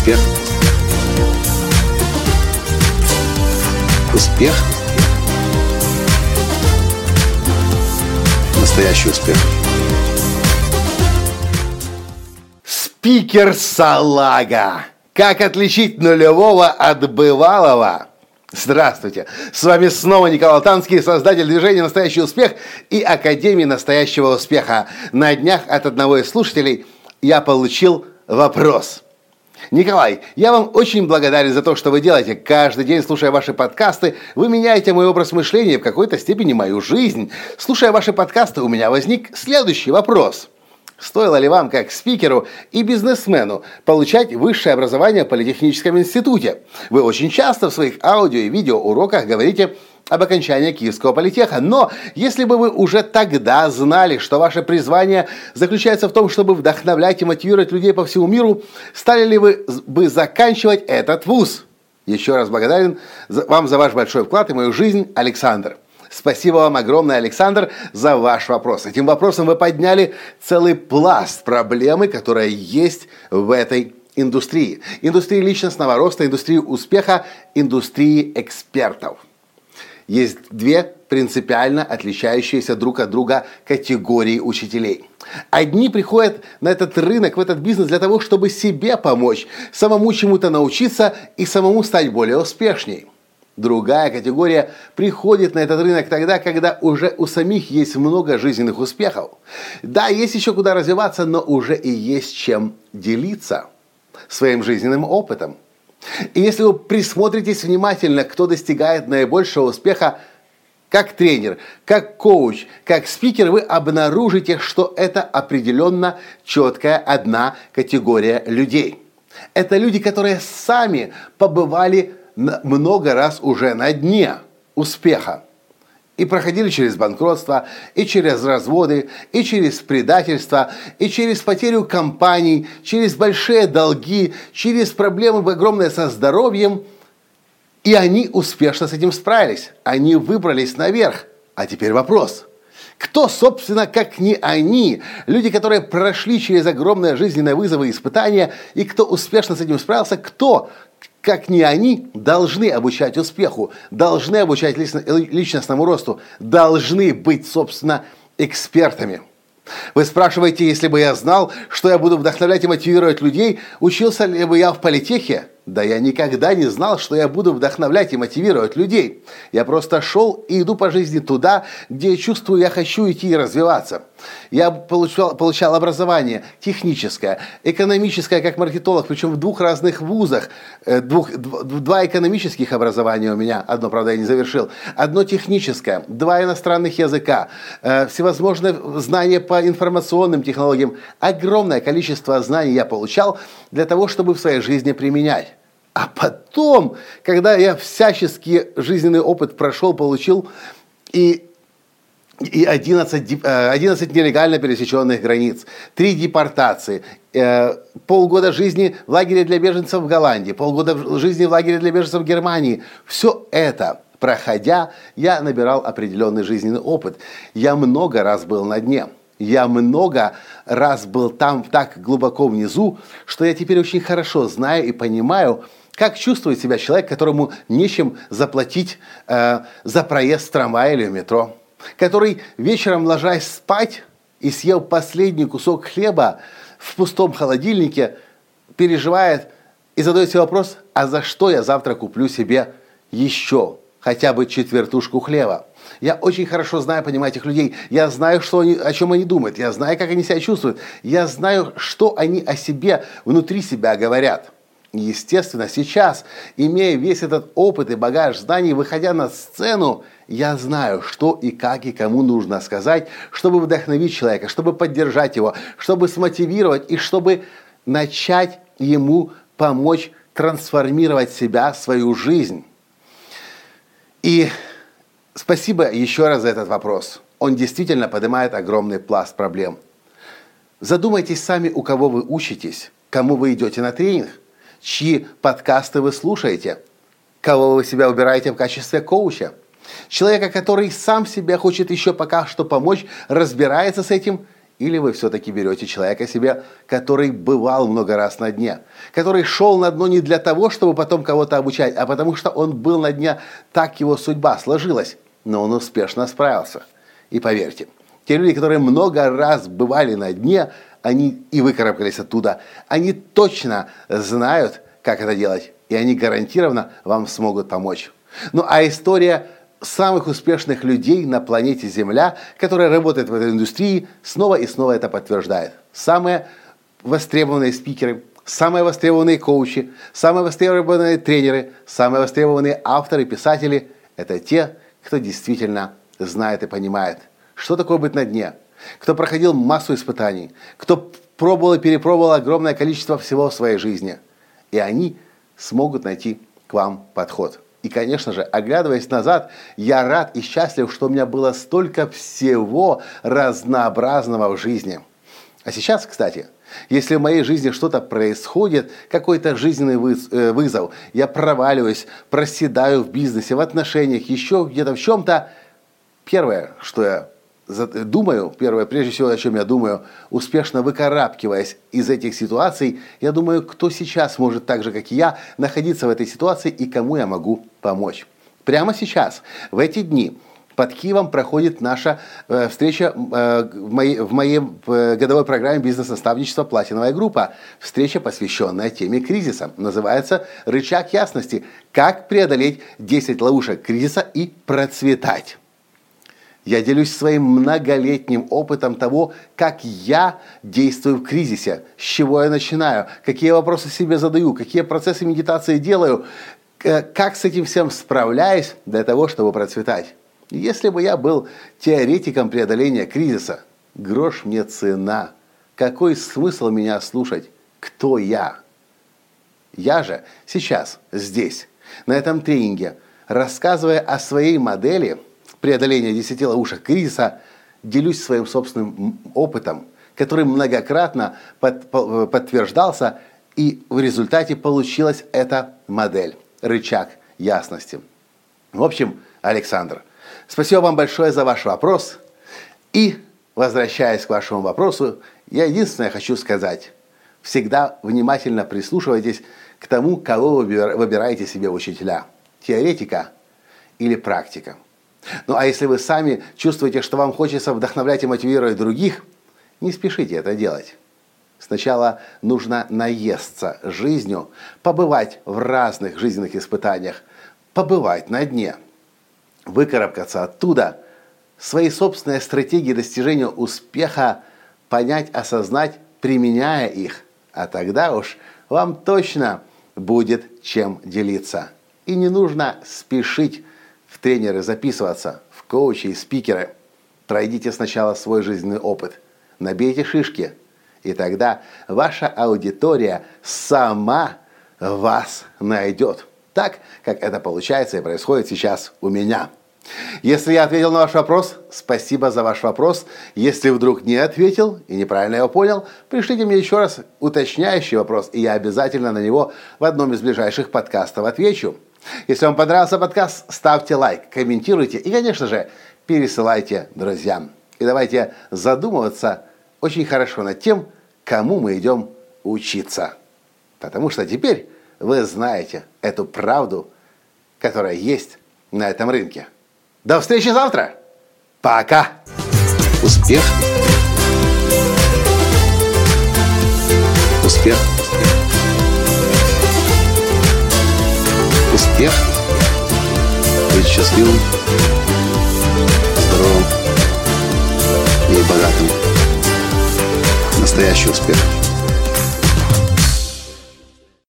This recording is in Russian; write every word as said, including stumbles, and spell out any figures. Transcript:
Успех. Успех. Настоящий успех. Спикер-салага. Как отличить нулевого от бывалого? Здравствуйте! С вами снова Николай Алтанский, создатель движения «Настоящий успех» и Академии настоящего успеха. На днях от одного из слушателей я получил вопрос. Николай, я вам очень благодарен за то, что вы делаете. Каждый день, слушая ваши подкасты, вы меняете мой образ мышления и в какой-то степени мою жизнь. Слушая ваши подкасты, у меня возник следующий вопрос. Стоило ли вам, как спикеру и бизнесмену, получать высшее образование в Политехническом институте? Вы очень часто в своих аудио и видеоуроках говорите об окончании Киевского политеха. Но если бы вы уже тогда знали, что ваше призвание заключается в том, чтобы вдохновлять и мотивировать людей по всему миру, стали ли вы бы заканчивать этот вуз? Еще раз благодарен вам за ваш большой вклад и мою жизнь, Александр. Спасибо вам огромное, Александр, за ваш вопрос. Этим вопросом вы подняли целый пласт проблемы, которая есть в этой индустрии. Индустрии личностного роста, индустрии успеха, индустрии экспертов. Есть две принципиально отличающиеся друг от друга категории учителей. Одни приходят на этот рынок, в этот бизнес для того, чтобы себе помочь, самому чему-то научиться и самому стать более успешней. Другая категория приходит на этот рынок тогда, когда уже у самих есть много жизненных успехов. Да, есть еще куда развиваться, но уже и есть чем делиться своим жизненным опытом. И если вы присмотритесь внимательно, кто достигает наибольшего успеха как тренер, как коуч, как спикер, вы обнаружите, что это определенно четкая одна категория людей. Это люди, которые сами побывали много раз уже на дне успеха. И проходили через банкротство, и через разводы, и через предательство, и через потерю компаний, через большие долги, через проблемы огромные со здоровьем. И они успешно с этим справились. Они выбрались наверх. А теперь вопрос. Кто, собственно, как не они, люди, которые прошли через огромные жизненные вызовы и испытания, и кто успешно с этим справился, кто, как не они, должны обучать успеху, должны обучать личностному росту, должны быть, собственно, экспертами. Вы спрашиваете, если бы я знал, что я буду вдохновлять и мотивировать людей, учился ли бы я в политехе? Да я никогда не знал, что я буду вдохновлять и мотивировать людей. Я просто шел и иду по жизни туда, где я чувствую, я хочу идти и развиваться. Я получал, получал образование техническое, экономическое, как маркетолог, причем в двух разных вузах. Двух, два экономических образования у меня, одно, правда, я не завершил. Одно техническое, два иностранных языка, всевозможные знания по информационным технологиям. Огромное количество знаний я получал для того, чтобы в своей жизни применять. А потом, когда я всяческий жизненный опыт прошел, получил и, и одиннадцать, одиннадцать нелегально пересеченных границ, три депортации, полгода жизни в лагере для беженцев в Голландии, полгода жизни в лагере для беженцев в Германии. Все это, проходя, я набирал определенный жизненный опыт. Я много раз был на дне. Я много раз был там так глубоко внизу, что я теперь очень хорошо знаю и понимаю, как чувствует себя человек, которому нечем заплатить э, за проезд в трамвае или в метро, который вечером, ложась спать и съев последний кусок хлеба в пустом холодильнике, переживает и задает себе вопрос, а за что я завтра куплю себе еще хотя бы четвертушку хлеба? Я очень хорошо знаю, понимаю этих людей. Я знаю, что они, о чем они думают. Я знаю, как они себя чувствуют. Я знаю, что они о себе внутри себя говорят. Естественно, сейчас, имея весь этот опыт и багаж знаний, выходя на сцену, я знаю, что и как и кому нужно сказать, чтобы вдохновить человека, чтобы поддержать его, чтобы смотивировать и чтобы начать ему помочь трансформировать себя, свою жизнь. И спасибо еще раз за этот вопрос. Он действительно поднимает огромный пласт проблем. Задумайтесь сами, у кого вы учитесь, кому вы идете на тренинг, чьи подкасты вы слушаете, кого вы себя выбираете в качестве коуча. Человека, который сам себе хочет еще пока что помочь, разбирается с этим Или вы все-таки берете человека себе, который бывал много раз на дне, который шел на дно не для того, чтобы потом кого-то обучать, а потому что он был на дне, так его судьба сложилась, но он успешно справился. И поверьте, те люди, которые много раз бывали на дне, они и выкарабкались оттуда, они точно знают, как это делать, и они гарантированно вам смогут помочь. Ну а история самых успешных людей на планете Земля, которые работают в этой индустрии, снова и снова это подтверждает. Самые востребованные спикеры, самые востребованные коучи, самые востребованные тренеры, самые востребованные авторы, писатели – это те, кто действительно знает и понимает, что такое быть на дне, кто проходил массу испытаний, кто пробовал и перепробовал огромное количество всего в своей жизни. И они смогут найти к вам подход. И, конечно же, оглядываясь назад, я рад и счастлив, что у меня было столько всего разнообразного в жизни. А сейчас, кстати, если в моей жизни что-то происходит, какой-то жизненный вызов, я проваливаюсь, проседаю в бизнесе, в отношениях, еще где-то в чем-то, первое, что я думаю, первое, прежде всего, о чем я думаю, успешно выкарабкиваясь из этих ситуаций, я думаю, кто сейчас может так же, как и я, находиться в этой ситуации и кому я могу помочь. Прямо сейчас, в эти дни, под Киевом проходит наша э, встреча э, в, моей, в моей э, годовой программе бизнес-наставничества «Платиновая группа». Встреча, посвященная теме кризиса. Называется «Рычаг ясности. Как преодолеть десять ловушек кризиса и процветать». Я делюсь своим многолетним опытом того, как я действую в кризисе, с чего я начинаю, какие вопросы себе задаю, какие процессы медитации делаю, как с этим всем справляюсь для того, чтобы процветать. Если бы я был теоретиком преодоления кризиса, грош мне цена. Какой смысл меня слушать? Кто я? Я же сейчас, здесь, на этом тренинге, рассказывая о своей модели преодоления десяти ловушек кризиса, делюсь своим собственным опытом, который многократно под, подтверждался, и в результате получилась эта модель, рычаг ясности. В общем, Александр, спасибо вам большое за ваш вопрос. И, возвращаясь к вашему вопросу, я единственное хочу сказать. Всегда внимательно прислушивайтесь к тому, кого вы выбираете себе учителя. Теоретика или практика. Ну а если вы сами чувствуете, что вам хочется вдохновлять и мотивировать других, не спешите это делать. Сначала нужно наесться жизнью, побывать в разных жизненных испытаниях, побывать на дне, выкарабкаться оттуда, свои собственные стратегии достижения успеха понять, осознать, применяя их. А тогда уж вам точно будет чем делиться. И не нужно спешить в тренеры записываться, в коучи и спикеры. Пройдите сначала свой жизненный опыт, набейте шишки, и тогда ваша аудитория сама вас найдет. Так, как это получается и происходит сейчас у меня. Если я ответил на ваш вопрос, спасибо за ваш вопрос. Если вдруг не ответил и неправильно его понял, пришлите мне еще раз уточняющий вопрос, и я обязательно на него в одном из ближайших подкастов отвечу. Если вам понравился подкаст, ставьте лайк, комментируйте и, конечно же, пересылайте друзьям. И давайте задумываться очень хорошо над тем, кому мы идем учиться. Потому что теперь вы знаете эту правду, которая есть на этом рынке. До встречи завтра. Пока. Успех. Успех. Успех. Быть счастливым, здоровым и богатым. Настоящий успех.